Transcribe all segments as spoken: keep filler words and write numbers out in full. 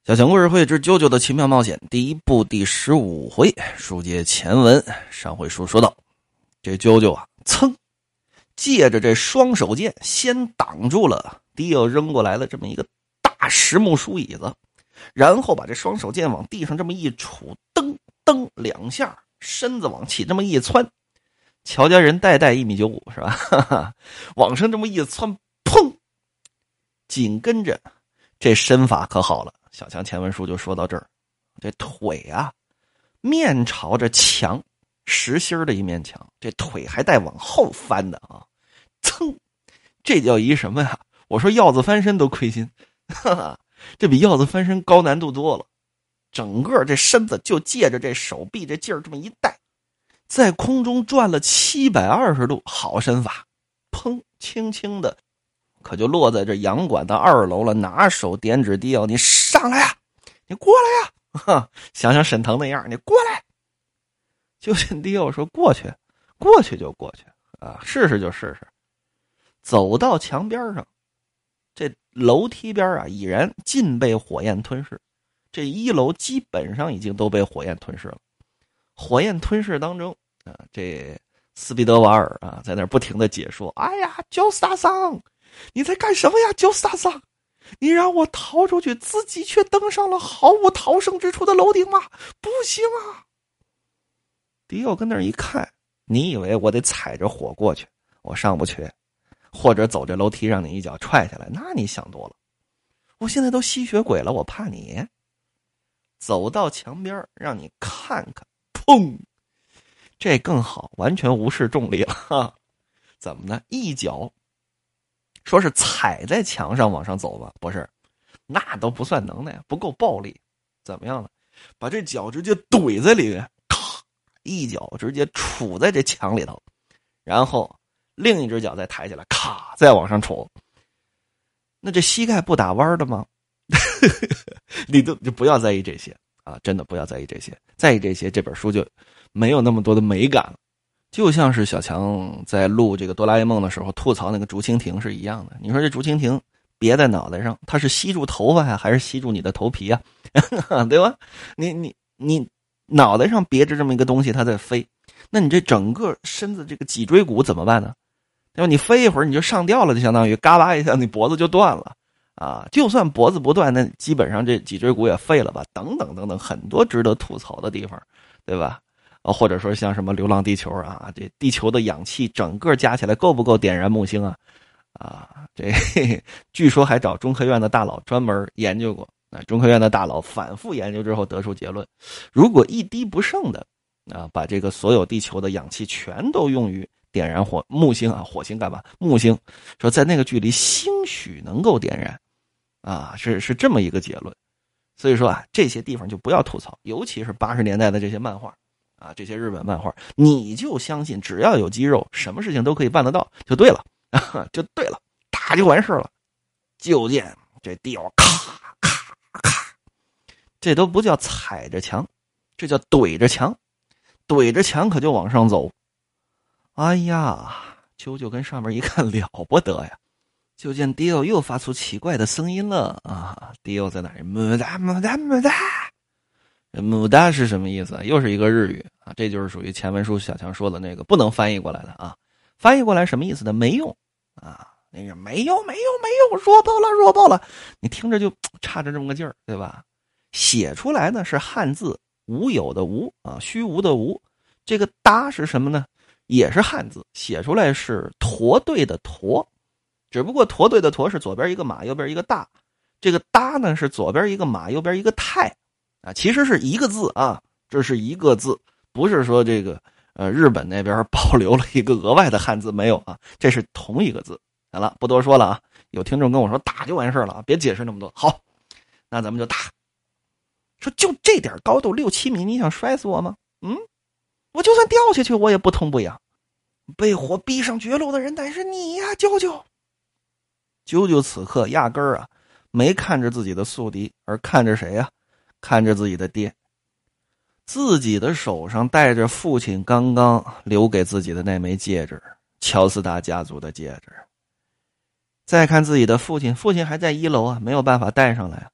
小强故事会之啾啾的奇妙冒险第一部第十五回，书接前文。上回书说到，这啾啾啊，噌，借着这双手剑，先挡住了迪奥扔过来的这么一个大实木书椅子，然后把这双手剑往地上这么一杵，噔噔两下，身子往起这么一窜，乔家人代代一米九五是吧？哈哈，往上这么一窜，砰！紧跟着这身法可好了。小强前文书就说到这儿，这腿啊，面朝着墙，实心的一面墙，这腿还带往后翻的啊，噌，这叫一什么呀？我说鹞子翻身都亏心，哈哈，这比鹞子翻身高难度多了。整个这身子就借着这手臂这劲儿这么一带，在空中转了七百二十度，好身法，砰，轻轻的。可就落在这洋馆的二楼了，拿手点指迪奥，你上来呀，你过来呀，哈，想想沈腾那样，你过来。就见迪奥说过去，过去就过去啊，试试就试试。走到墙边上，这楼梯边啊，已然尽被火焰吞噬。这一楼基本上已经都被火焰吞噬了。火焰吞噬当中啊，这斯皮德瓦尔啊，在那不停的解说，哎呀，焦斯大桑。你在干什么呀，焦斯大桑？你让我逃出去，自己却登上了毫无逃生之处的楼顶吗？不行啊！迪奥跟那儿一看，你以为我得踩着火过去，我上不去，或者走这楼梯让你一脚踹下来，那你想多了。我现在都吸血鬼了，我怕你。走到墙边让你看看，砰！这更好，完全无视重力了哈。怎么呢？一脚说是踩在墙上往上走吧，不是，那都不算能耐，不够暴力。怎么样呢？把这脚直接怼在里面，咔，一脚直接杵在这墙里头，然后另一只脚再抬起来，咔，再往上杵。那这膝盖不打弯的吗？你都就不要在意这些啊，真的不要在意这些，在意这些，这本书就没有那么多的美感了。就像是小强在录这个哆啦 A 梦的时候吐槽那个竹蜻蜓是一样的。你说这竹蜻蜓别在脑袋上，它是吸住头发呀，还是吸住你的头皮啊？对吧？你你你脑袋上别着这么一个东西，它在飞，那你这整个身子这个脊椎骨怎么办呢？对吧？你飞一会儿你就上吊了，就相当于嘎巴一下，你脖子就断了啊！就算脖子不断，那基本上这脊椎骨也废了吧？等等等等，很多值得吐槽的地方，对吧？啊，或者说像什么《流浪地球》啊，这地球的氧气整个加起来够不够点燃木星啊？啊，这嘿嘿据说还找中科院的大佬专门研究过。啊，中科院的大佬反复研究之后得出结论：如果一滴不剩的啊，把这个所有地球的氧气全都用于点燃火木星啊，火星干嘛？木星说在那个距离兴许能够点燃啊，是是这么一个结论。所以说啊，这些地方就不要吐槽，尤其是八十年代的这些漫画。啊，这些日本漫画，你就相信只要有肌肉，什么事情都可以办得到，就对了，啊、就对了，打就完事了。就见这地奥咔咔咔，这都不叫踩着墙，这叫怼着墙，怼着墙可就往上走。哎呀，啾啾跟上面一看了不得呀，就见迪奥又发出奇怪的声音了啊！迪奥在那里么哒么哒么哒。姆达是什么意思？又是一个日语啊，这就是属于前文书小强说的那个不能翻译过来的啊。翻译过来什么意思呢？没用啊，那个没有没有没有，弱爆了弱爆了，你听着就差着这么个劲儿，对吧？写出来呢是汉字无有的无啊，虚无的无。这个达是什么呢？也是汉字，写出来是驼队的驼，只不过驼队的驼是左边一个马，右边一个大。这个达呢是左边一个马，右边一个太。啊，其实是一个字啊，这是一个字，不是说这个呃日本那边保留了一个额外的汉字，没有啊，这是同一个字。好了，不多说了啊，有听众跟我说打就完事了，别解释那么多。好，那咱们就打。说就这点高度六七米，你想摔死我吗？嗯，我就算掉下去，我也不痛不痒。被火逼上绝路的人乃是你呀，啾啾。啾啾此刻压根儿啊没看着自己的宿敌，而看着谁呀？看着自己的爹，自己的手上戴着父亲刚刚留给自己的那枚戒指，乔斯达家族的戒指。再看自己的父亲，父亲还在一楼啊，没有办法带上来。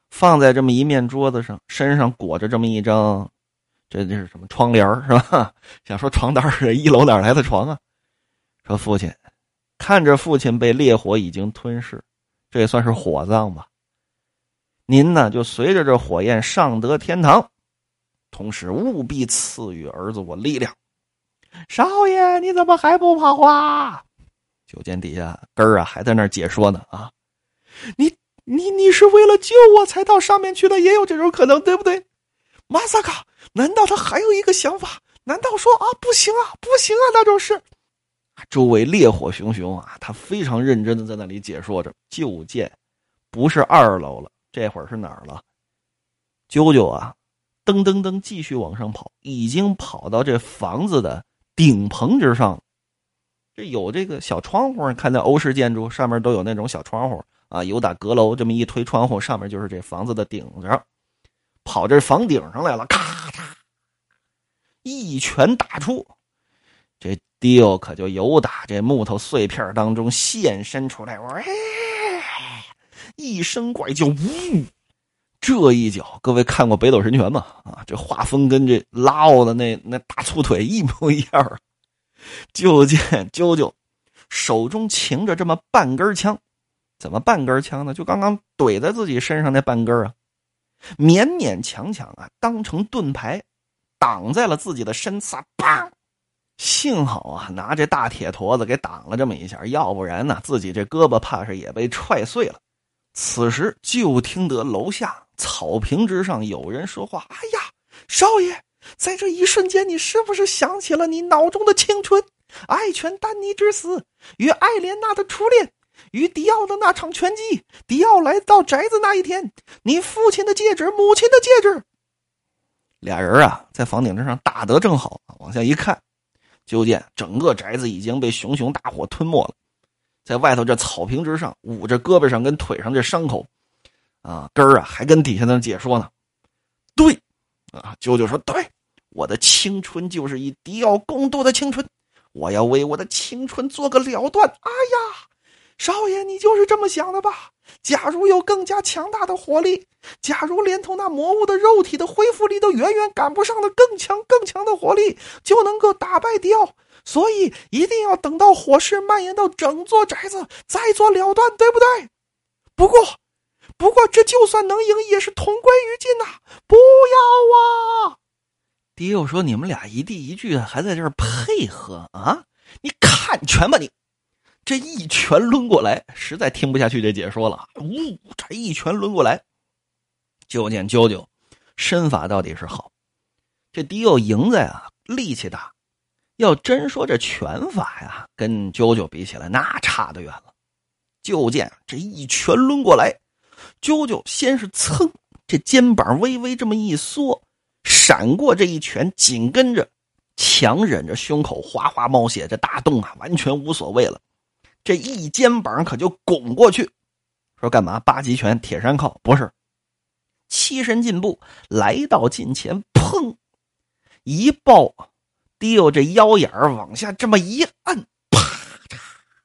放在这么一面桌子上，身上裹着这么一张，这这是什么窗帘是吧？想说床单是一楼哪来的床啊？说父亲，看着父亲被烈火已经吞噬，这也算是火葬吧。您呢就随着这火焰上得天堂，同时务必赐予儿子我力量。少爷，你怎么还不跑啊？酒监底下根儿啊还在那儿解说呢啊！你你你是为了救我才到上面去的，也有这种可能，对不对？马萨卡，难道他还有一个想法？难道说啊不行啊不行啊那种事？周围烈火熊熊啊，他非常认真的在那里解说着。就见不是二楼了，这会儿是哪儿了？啾啾啊，噔噔噔继续往上跑，已经跑到这房子的顶棚之上。这有这个小窗户，看到欧式建筑上面都有那种小窗户啊，有打阁楼这么一推窗户，上面就是这房子的顶上，跑这房顶上来了，咔嚓一拳打出，这迪欧可就由打这木头碎片当中现身出来，喂，一声怪叫，呜，这一脚，各位看过北斗神拳吗？啊，这画风跟这拉奥的那那大粗腿一模一样啊！就见啾啾手中擎着这么半根枪，怎么半根枪呢？就刚刚怼在自己身上那半根啊，勉勉强强啊，当成盾牌挡在了自己的身侧，砰！幸好啊，拿这大铁坨子给挡了这么一下，要不然呢，自己这胳膊怕是也被踹碎了。此时就听得楼下草坪之上有人说话：“哎呀，少爷！在这一瞬间，你是不是想起了你脑中的青春？爱犬丹尼之死，与艾莲娜的初恋，与迪奥的那场拳击，迪奥来到宅子那一天，你父亲的戒指，母亲的戒指。”俩人啊，在房顶之上打得正好，往下一看，就见整个宅子已经被熊熊大火吞没了。在外头这草坪之上，捂着胳膊上跟腿上这伤口，啊，根儿啊还跟底下那解说呢。对，啊，啾啾说对。我的青春就是以迪奥共度的青春，我要为我的青春做个了断。哎呀，少爷，你就是这么想的吧？假如有更加强大的火力，假如连同那魔物的肉体的恢复力都远远赶不上的更强更强的火力，就能够打败迪奥。所以一定要等到火势蔓延到整座宅子，再做了断，对不对？不过，不过这就算能赢，也是同归于尽呐、啊！不要啊！迪奥说：“你们俩一地一句，还在这儿配合啊？你看拳吧你！”这一拳抡过来，实在听不下去这解说了。呜，这一拳抡过来，就见啾啾身法到底是好。这迪奥赢在啊力气大，要真说这拳法呀，跟啾啾比起来，那差得远了。就见这一拳抡过来，啾啾先是蹭，这肩膀微微这么一缩。闪过这一拳，紧跟着强忍着胸口哗哗冒血，这大洞啊完全无所谓了。这一肩膀可就拱过去，说干嘛？八极拳铁山靠？不是，七身进步，来到近前，砰一抱，迪欧这腰眼儿往下这么一按，啪嚓，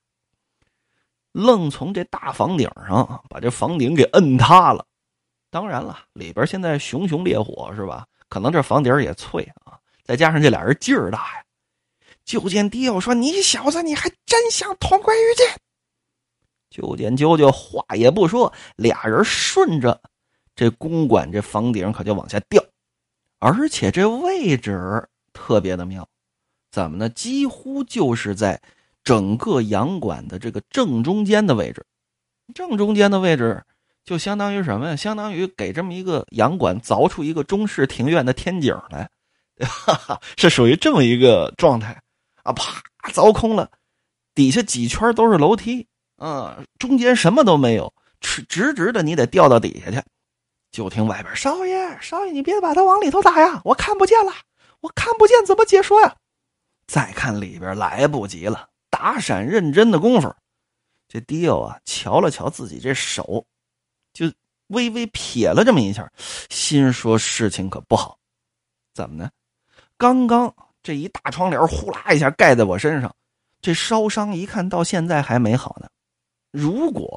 愣从这大房顶上把这房顶给摁塌了。当然了，里边现在熊熊烈火是吧？可能这房顶也脆啊，再加上这俩人劲儿大呀。就见迪奥说：“你小子，你还真想同归于尽！”就见啾啾话也不说，俩人顺着这公馆这房顶可就往下掉，而且这位置特别的妙，怎么呢？几乎就是在整个洋馆的这个正中间的位置，正中间的位置。就相当于什么呀？相当于给这么一个洋馆凿出一个中式庭院的天井来，哈哈，是属于这么一个状态啊！啪，凿空了，底下几圈都是楼梯，嗯，中间什么都没有，直直直的你得掉到底下去。就听外边：“少爷，少爷，你别把他往里头打呀，我看不见了，我看不见怎么解说呀？”再看里边来不及了，打闪认真的功夫，这迪欧啊瞧了瞧自己这手。就微微瞥了这么一下，心说事情可不好。怎么呢？刚刚这一大窗帘呼啦一下盖在我身上，这烧伤一看到现在还没好呢。如果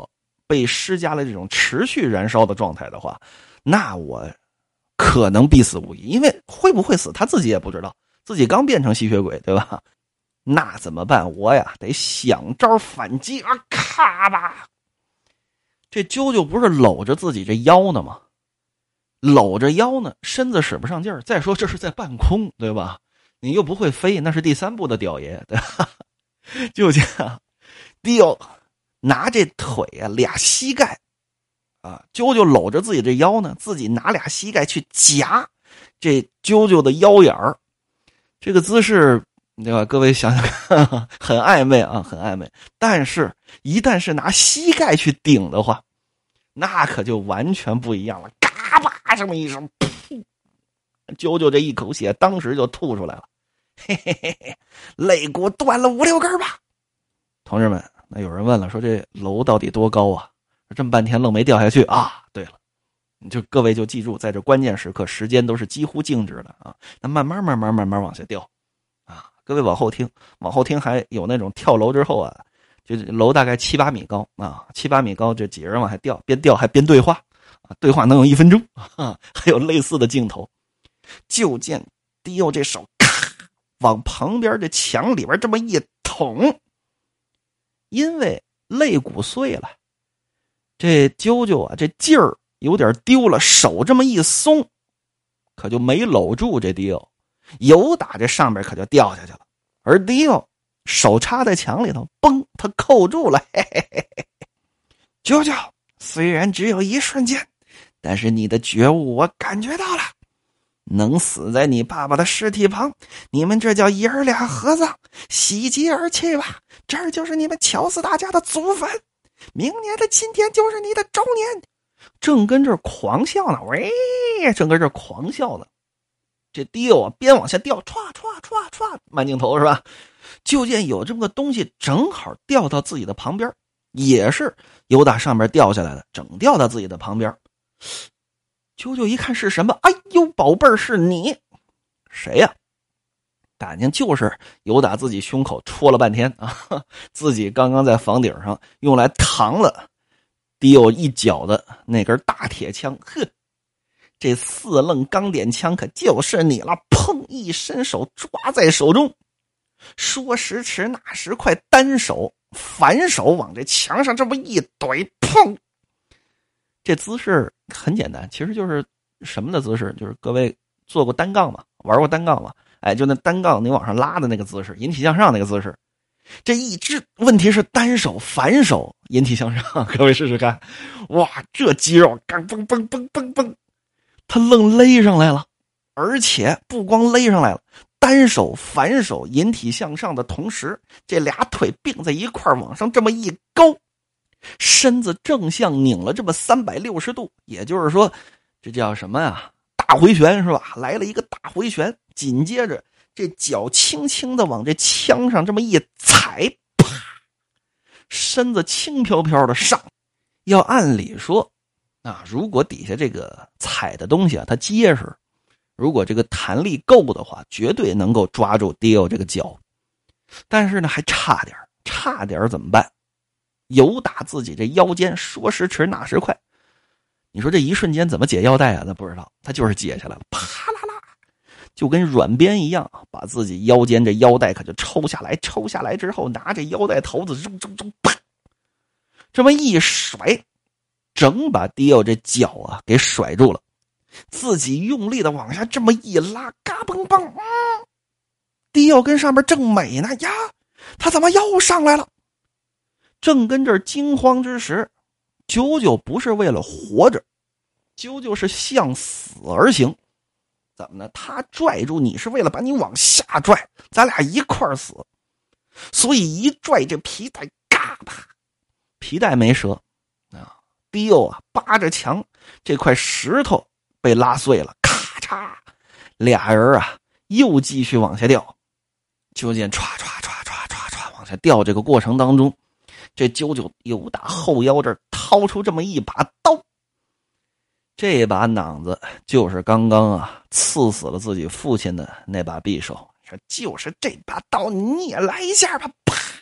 被施加了这种持续燃烧的状态的话，那我可能必死无疑。因为会不会死他自己也不知道，自己刚变成吸血鬼，对吧？那怎么办？我呀得想招反击啊！咔吧，这啾啾不是搂着自己这腰呢吗？搂着腰呢，身子使不上劲儿。再说这是在半空，对吧？你又不会飞，那是第三部的屌爷，对吧？就这样，丢拿这腿啊，俩膝盖啊，啾啾搂着自己这腰呢，自己拿俩膝盖去夹这啾啾的腰眼儿，这个姿势，对吧？各位想想看，很暧昧啊，很暧昧。但是，一旦是拿膝盖去顶的话，那可就完全不一样了。嘎巴这么一声，噗，啾啾这一口血当时就吐出来了。嘿嘿嘿嘿，肋骨断了五六根吧。同志们，那有人问了，说这楼到底多高啊？这么半天愣没掉下去啊？对了，你就各位就记住，在这关键时刻，时间都是几乎静止的啊。那慢慢慢慢慢慢往下掉啊。各位往后听，往后听还有那种跳楼之后啊，就楼大概七八米高啊，七八米高，这几个人往下掉，边掉还边对话啊，对话能有一分钟啊，还有类似的镜头。就见迪欧这手咔往旁边这墙里边这么一捅，因为肋骨碎了，这啾啾啊这劲儿有点丢了，手这么一松，可就没搂住这迪欧，由打这上面可就掉下去了。而迪欧手插在墙里头，嘣，他扣住了。嘿嘿嘿嘿，啾啾，虽然只有一瞬间，但是你的觉悟我感觉到了。能死在你爸爸的尸体旁，你们这叫爷儿俩合葬，喜极而泣吧。这儿就是你们乔斯大家的祖坟，明年的今天就是你的周年。正跟这儿狂笑呢，喂，正跟这儿狂笑呢。这迪欧啊，边往下掉，歘歘歘歘，慢镜头是吧？就见有这么个东西正好掉到自己的旁边，也是由打上面掉下来的，整掉到自己的旁边。啾啾一看是什么？哎呦，宝贝儿，是你！谁呀、啊？感情就是由打自己胸口戳了半天啊！自己刚刚在房顶上用来扛了迪欧一脚的那根大铁枪，呵，这四愣钢点枪可就是你了！砰！一伸手抓在手中，说时迟那时快，单手反手往这墙上这么一怼，砰！这姿势很简单，其实就是什么的姿势？就是各位做过单杠嘛，玩过单杠嘛？哎，就那单杠你往上拉的那个姿势，引体向上那个姿势。这一只问题是单手反手引体向上，各位试试看。哇，这肌肉刚嘣嘣嘣嘣嘣，他愣勒上来了，而且不光勒上来了，单手反手引体向上的同时，这俩腿并在一块往上这么一勾。身子正向拧了这么三百六十度，也就是说这叫什么呀？大回旋是吧？来了一个大回旋，紧接着这脚轻轻的往这枪上这么一踩，啪，身子轻飘飘的上。要按理说啊，如果底下这个踩的东西啊它结实，如果这个弹力够的话，绝对能够抓住迪欧这个脚。但是呢还差点，差点怎么办？由打自己这腰间，说时迟那时快，你说这一瞬间怎么解腰带啊？他不知道，他就是解下来了，啪啦啦，就跟软鞭一样，把自己腰间这腰带可就抽下来。抽下来之后，拿着腰带头子扔扔扔，啪，这么一甩，整把迪欧这脚啊给甩住了，自己用力的往下这么一拉，嘎嘣嘣，嗯，迪欧跟上面正美呢呀，他怎么又上来了？正跟这儿惊慌之时，啾啾不是为了活着，啾啾是向死而行。怎么呢？他拽住你是为了把你往下拽，咱俩一块儿死。所以一拽这皮带，嘎巴，皮带没折啊。迪欧啊，扒着墙，这块石头被拉碎了，咔嚓，俩人啊又继续往下掉。就见唰唰唰唰唰唰往下掉，这个过程当中，这啾啾又打后腰这儿掏出这么一把刀，这把榔子就是刚刚啊刺死了自己父亲的那把匕首，说就是这把刀，你也来一下吧！啪，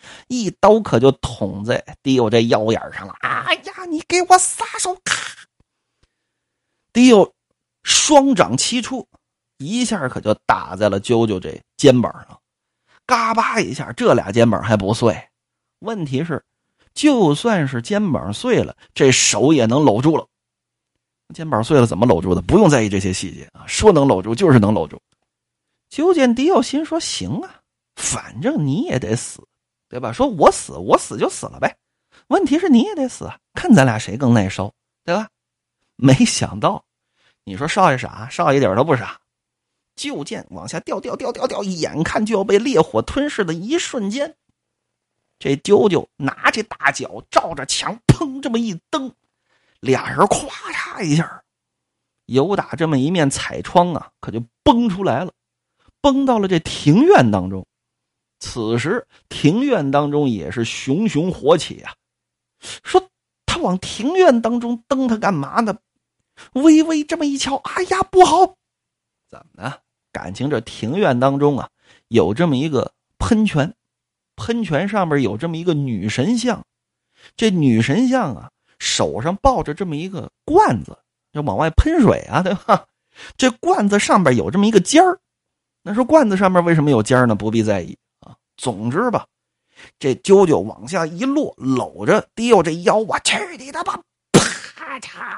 一刀可就捅在迪欧这腰眼上了。哎呀，你给我撒手！咔！迪欧双掌齐出，一下可就打在了啾啾这肩膀上，嘎巴一下，这俩肩膀还不碎。问题是，就算是肩膀碎了，这手也能搂住了。肩膀碎了怎么搂住的？不用在意这些细节啊，说能搂住就是能搂住。就见迪奥心说：行啊，反正你也得死，对吧？说我死，我死就死了呗。问题是你也得死啊，看咱俩谁更耐烧，对吧？没想到，你说少爷傻，少爷一点都不傻。就见往下掉掉掉掉掉，眼看就要被烈火吞噬的一瞬间，这啾啾拿着大脚照着墙砰这么一蹬，俩人咵嚓一下，由打这么一面彩窗啊，可就崩出来了，崩到了这庭院当中。此时庭院当中也是熊熊火起啊。说他往庭院当中蹬他干嘛呢？微微这么一瞧，哎呀不好！怎么呢？感情这庭院当中啊，有这么一个喷泉，喷泉上面有这么一个女神像。这女神像啊，手上抱着这么一个罐子，就往外喷水啊，对吧？这罐子上面有这么一个尖儿。那说罐子上面为什么有尖儿呢？不必在意啊。总之吧，这啾啾往下一落，搂着迪欧这腰，我去你的吧！啪嚓！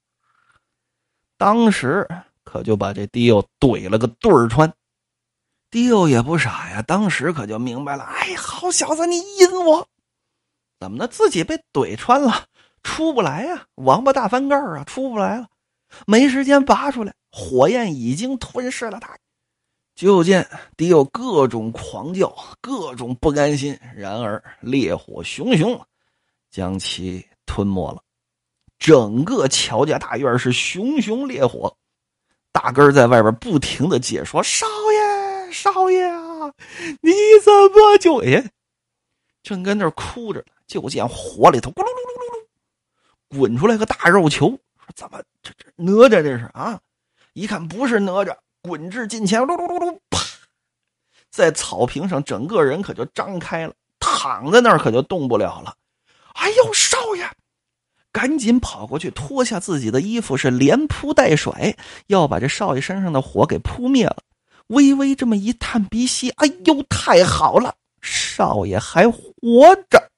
当时可就把这迪欧怼了个对儿穿。迪欧也不傻呀，当时可就明白了，哎，好小子，你阴我！怎么呢？自己被怼穿了，出不来呀，王八大翻盖啊，出不来了，没时间拔出来，火焰已经吞噬了他。就见迪欧各种狂叫，各种不甘心，然而烈火熊熊，将其吞没了。整个乔家大院是熊熊烈火，大根在外边不停的解说：少爷少爷啊，你怎么就……哎，正跟那儿哭着呢，就见火里头咕噜噜噜噜噜滚出来个大肉球，说怎么这这哪吒这是啊？一看不是哪吒，滚至近前，噜噜噜噜，啪，在草坪上整个人可就张开了，躺在那儿可就动不了了。哎呦，少爷！赶紧跑过去脱下自己的衣服，是连扑带甩，要把这少爷身上的火给扑灭了。微微这么一叹鼻息，哎呦，太好了，少爷还活着。